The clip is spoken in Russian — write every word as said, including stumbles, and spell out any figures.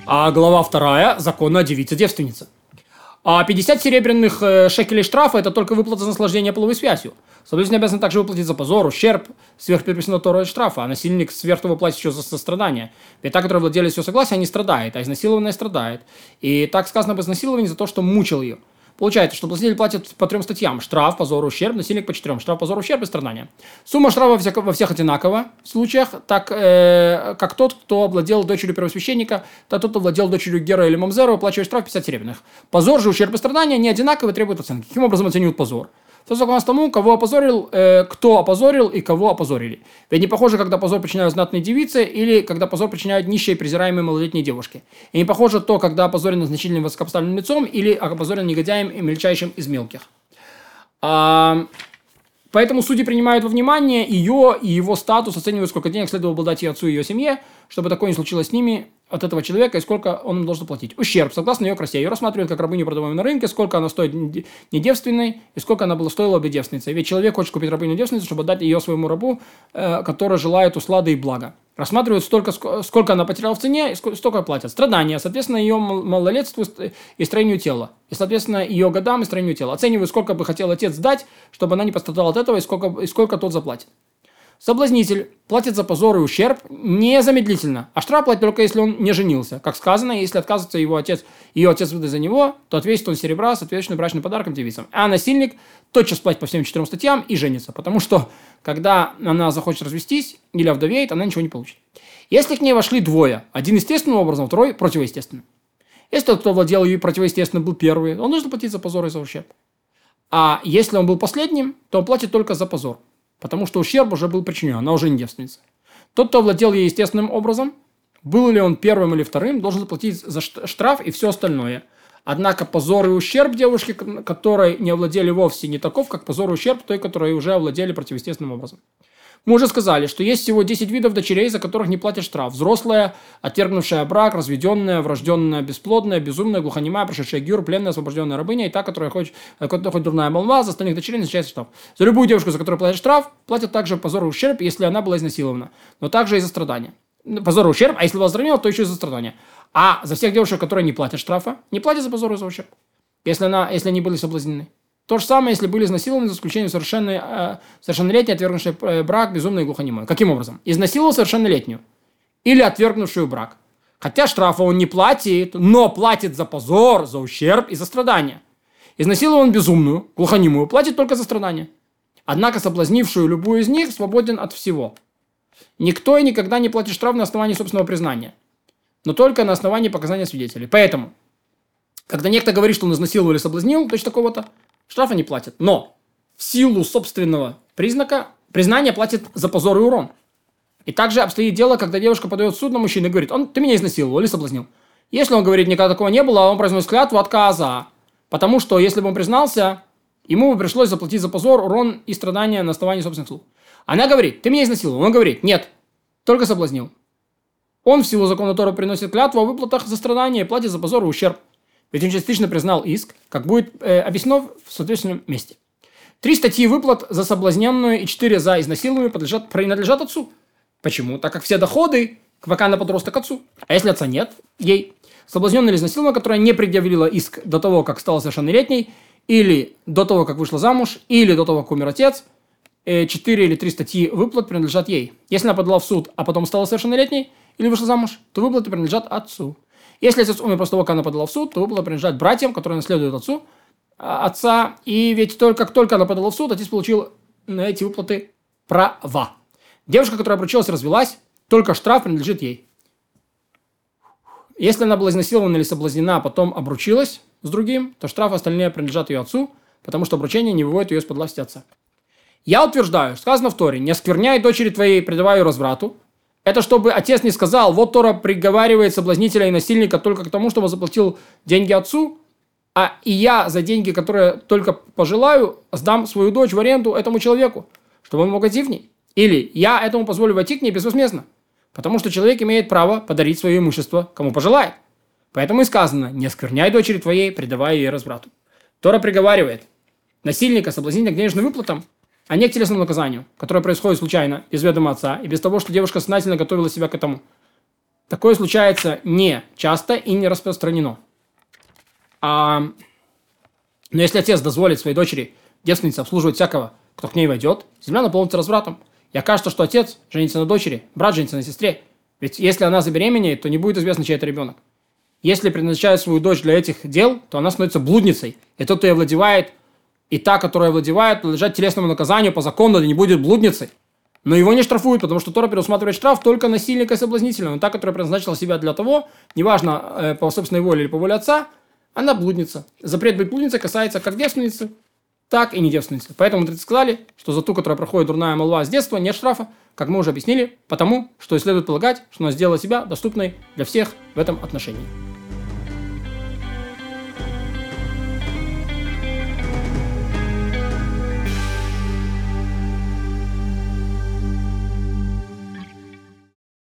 А глава вторая закона о девице-девственнице. А пятьдесят серебряных шекелей штрафа – это только выплата за наслаждение половой связью. Соблюдатель обязан также выплатить за позор, ущерб, сверх предписанного Торой штрафа, а насильник сверх того платит еще за сострадание. Ведь та, которая владелец ее согласия, не страдает, а изнасилованная страдает. И так сказано об изнасиловании за то, что мучил ее. Получается, что властитель платит по трем статьям: штраф, позор, ущерб, насильник по четырем: штраф, позор, ущерб и страдания. Сумма штрафа во всех, во всех одинакова в случаях, так э, как тот, кто овладел дочерью первосвященника, так тот, кто владел дочерью Гера или Мамзера, выплачивает штраф пятьдесят серебряных. Позор же, ущерб и страдания не одинаковы, требуют оценки. Каким образом оценивают позор? Все согласно тому, кого опозорил, э, кто опозорил и кого опозорили. Ведь не похоже, когда позор причиняют знатные девицы или когда позор причиняют нищие и презираемые малолетние девушки. И не похоже то, когда опозорен значительным высокопоставленным лицом или опозорен негодяем и мельчайшим из мелких. А, поэтому судьи принимают во внимание ее и его статус, оценивают, сколько денег следовало бы дать ее отцу и ее семье, чтобы такое не случилось с ними от этого человека и сколько он им должен платить. Ущерб, согласно ее красе. Ее рассматривают как рабыню, продаваемую на рынке, сколько она стоит недевственной и сколько она была стоила бы девственницей. Ведь человек хочет купить рабыню-девственницу, чтобы отдать ее своему рабу, э, который желает услады и блага. Рассматривают столько, сколько она потеряла в цене, и столько платят. Страдания, соответственно, ее малолетству и строению тела. И, соответственно, ее годам и строению тела. Оценивают, сколько бы хотел отец дать, чтобы она не пострадала от этого, и сколько, и сколько тот заплатит. Соблазнитель платит за позор и ущерб незамедлительно, а штраф платит только если он не женился. Как сказано, если отказывается его отец, ее отец выдаст за него, то отвесит он серебра, соответственно, брачным подарком девицам. А насильник тотчас платит по всем четырем статьям и женится, потому что, когда она захочет развестись или овдовеет, она ничего не получит. Если к ней вошли двое, один естественным образом, второй противоестественным. Если тот, кто владел ее противоестественным, был первый, он должен платить за позор и за ущерб. А если он был последним, то он платит только за позор. Потому что ущерб уже был причинен, она уже не девственница. Тот, кто владел ей естественным образом, был ли он первым или вторым, должен заплатить за штраф и все остальное. Однако позор и ущерб девушки, которой не овладели вовсе, не таков, как позор и ущерб той, которой уже овладели противоестественным образом. Мы уже сказали, что есть всего десять видов дочерей, за которых не платят штраф. Взрослая, отвергнувшая брак, разведенная, врожденная, бесплодная, безумная, глухонемая, прошедшая гюр, пленная, освобожденная рабыня и та, которая хоть, хоть дурная молва, за остальных дочерей назначается штраф. За любую девушку, за которую платят штраф, платят также позор и ущерб, если она была изнасилована, но также и за страдания. Позор и ущерб, а если была здравила, то еще и за страдания. А за всех девушек, которые не платят штрафа, не платят за позор и за ущерб, если, она, если они были соблазнены. То же самое, если были изнасилованы, за исключением совершенно, э, совершеннолетней, отвергнувшей э, брак, безумной и глухонемой. Каким образом? Изнасиловал совершеннолетнюю или отвергнувшую брак. Хотя штрафа он не платит, но платит за позор, за ущерб и за страдания. Изнасиловал он безумную, глухонемую, платит только за страдания. Однако соблазнившую любую из них свободен от всего. Никто и никогда не платит штраф на основании собственного признания, но только на основании показания свидетелей. Поэтому, когда некто говорит, что он изнасиловал или соблазнил, точно такого-то, штрафа не платят. Но в силу собственного признака признание платит за позор и урон. И также обстоит дело, когда девушка подает в суд на мужчину и говорит: он, ты меня изнасиловал или соблазнил. Если он говорит, никогда такого не было, он произносит клятву отказа. Потому что, если бы он признался, ему бы пришлось заплатить за позор, урон и страдания на основании собственных слов. Она говорит: ты меня изнасиловал. Он говорит: нет, только соблазнил. Он в силу закона Тора приносит клятву о выплатах за страдания и платит за позор и ущерб. Ведь он частично признал иск, как будет э, объяснено в соответственном месте. Три статьи выплат за соблазненную и четыре за изнасилованную подлежат, принадлежат отцу. Почему? Так как все доходы, пока она подросток, отцу. А если отца нет, ей. Соблазненная или изнасилованная, которая не предъявила иск до того, как стала совершеннолетней, или до того, как вышла замуж, или до того, как умер отец, э, четыре или три статьи выплат принадлежат ей. Если она подала в суд, а потом стала совершеннолетней, или вышла замуж, то выплаты принадлежат отцу. Если отец умер после того, как она подала в суд, то выплата принадлежат братьям, которые наследуют отцу, отца. И ведь только как только она подала в суд, отец получил на эти выплаты права. Девушка, которая обручилась, развелась, только штраф принадлежит ей. Если она была изнасилована или соблазнена, а потом обручилась с другим, то штраф остальные принадлежат ее отцу, потому что обручение не выводит ее из-под власти отца. Я утверждаю, сказано в Торе: не оскверняй дочери твоей, предавай ее разврату. Это чтобы отец не сказал: вот Тора приговаривает соблазнителя и насильника только к тому, чтобы он заплатил деньги отцу, а и я за деньги, которые только пожелаю, сдам свою дочь в аренду этому человеку, чтобы он мог войти в ней. Или я этому позволю войти к ней безвозмездно, потому что человек имеет право подарить свое имущество, кому пожелает. Поэтому и сказано: не оскверняй дочери твоей, предавая ей разврату. Тора приговаривает насильника, соблазнителя к денежным выплатам, а не к телесному наказанию, которое происходит случайно, без ведома отца, и без того, что девушка сознательно готовила себя к этому. такое случается не часто и не распространено. А... Но если отец дозволит своей дочери, девственнице, обслуживать всякого, кто к ней войдет, земля наполнится развратом. И окажется, что отец женится на дочери, брат женится на сестре. Ведь если она забеременеет, то не будет известно, чей это ребенок. Если предназначает свою дочь для этих дел, то она становится блудницей. И тот, кто ее владевает, и та, которая владевает, подлежат телесному наказанию по закону, да не будет блудницей. Но его не штрафуют, потому что Тора предусматривает штраф только насильника и соблазнителя. Но та, которая предназначила себя для того, неважно, э, по собственной воле или по воле отца, она блудница. Запрет быть блудницей касается как девственницы, так и не девственницы. Поэтому мудрецы сказали, что за ту, которая проходит дурная молва с детства, нет штрафа, как мы уже объяснили, потому что и следует полагать, что она сделала себя доступной для всех в этом отношении.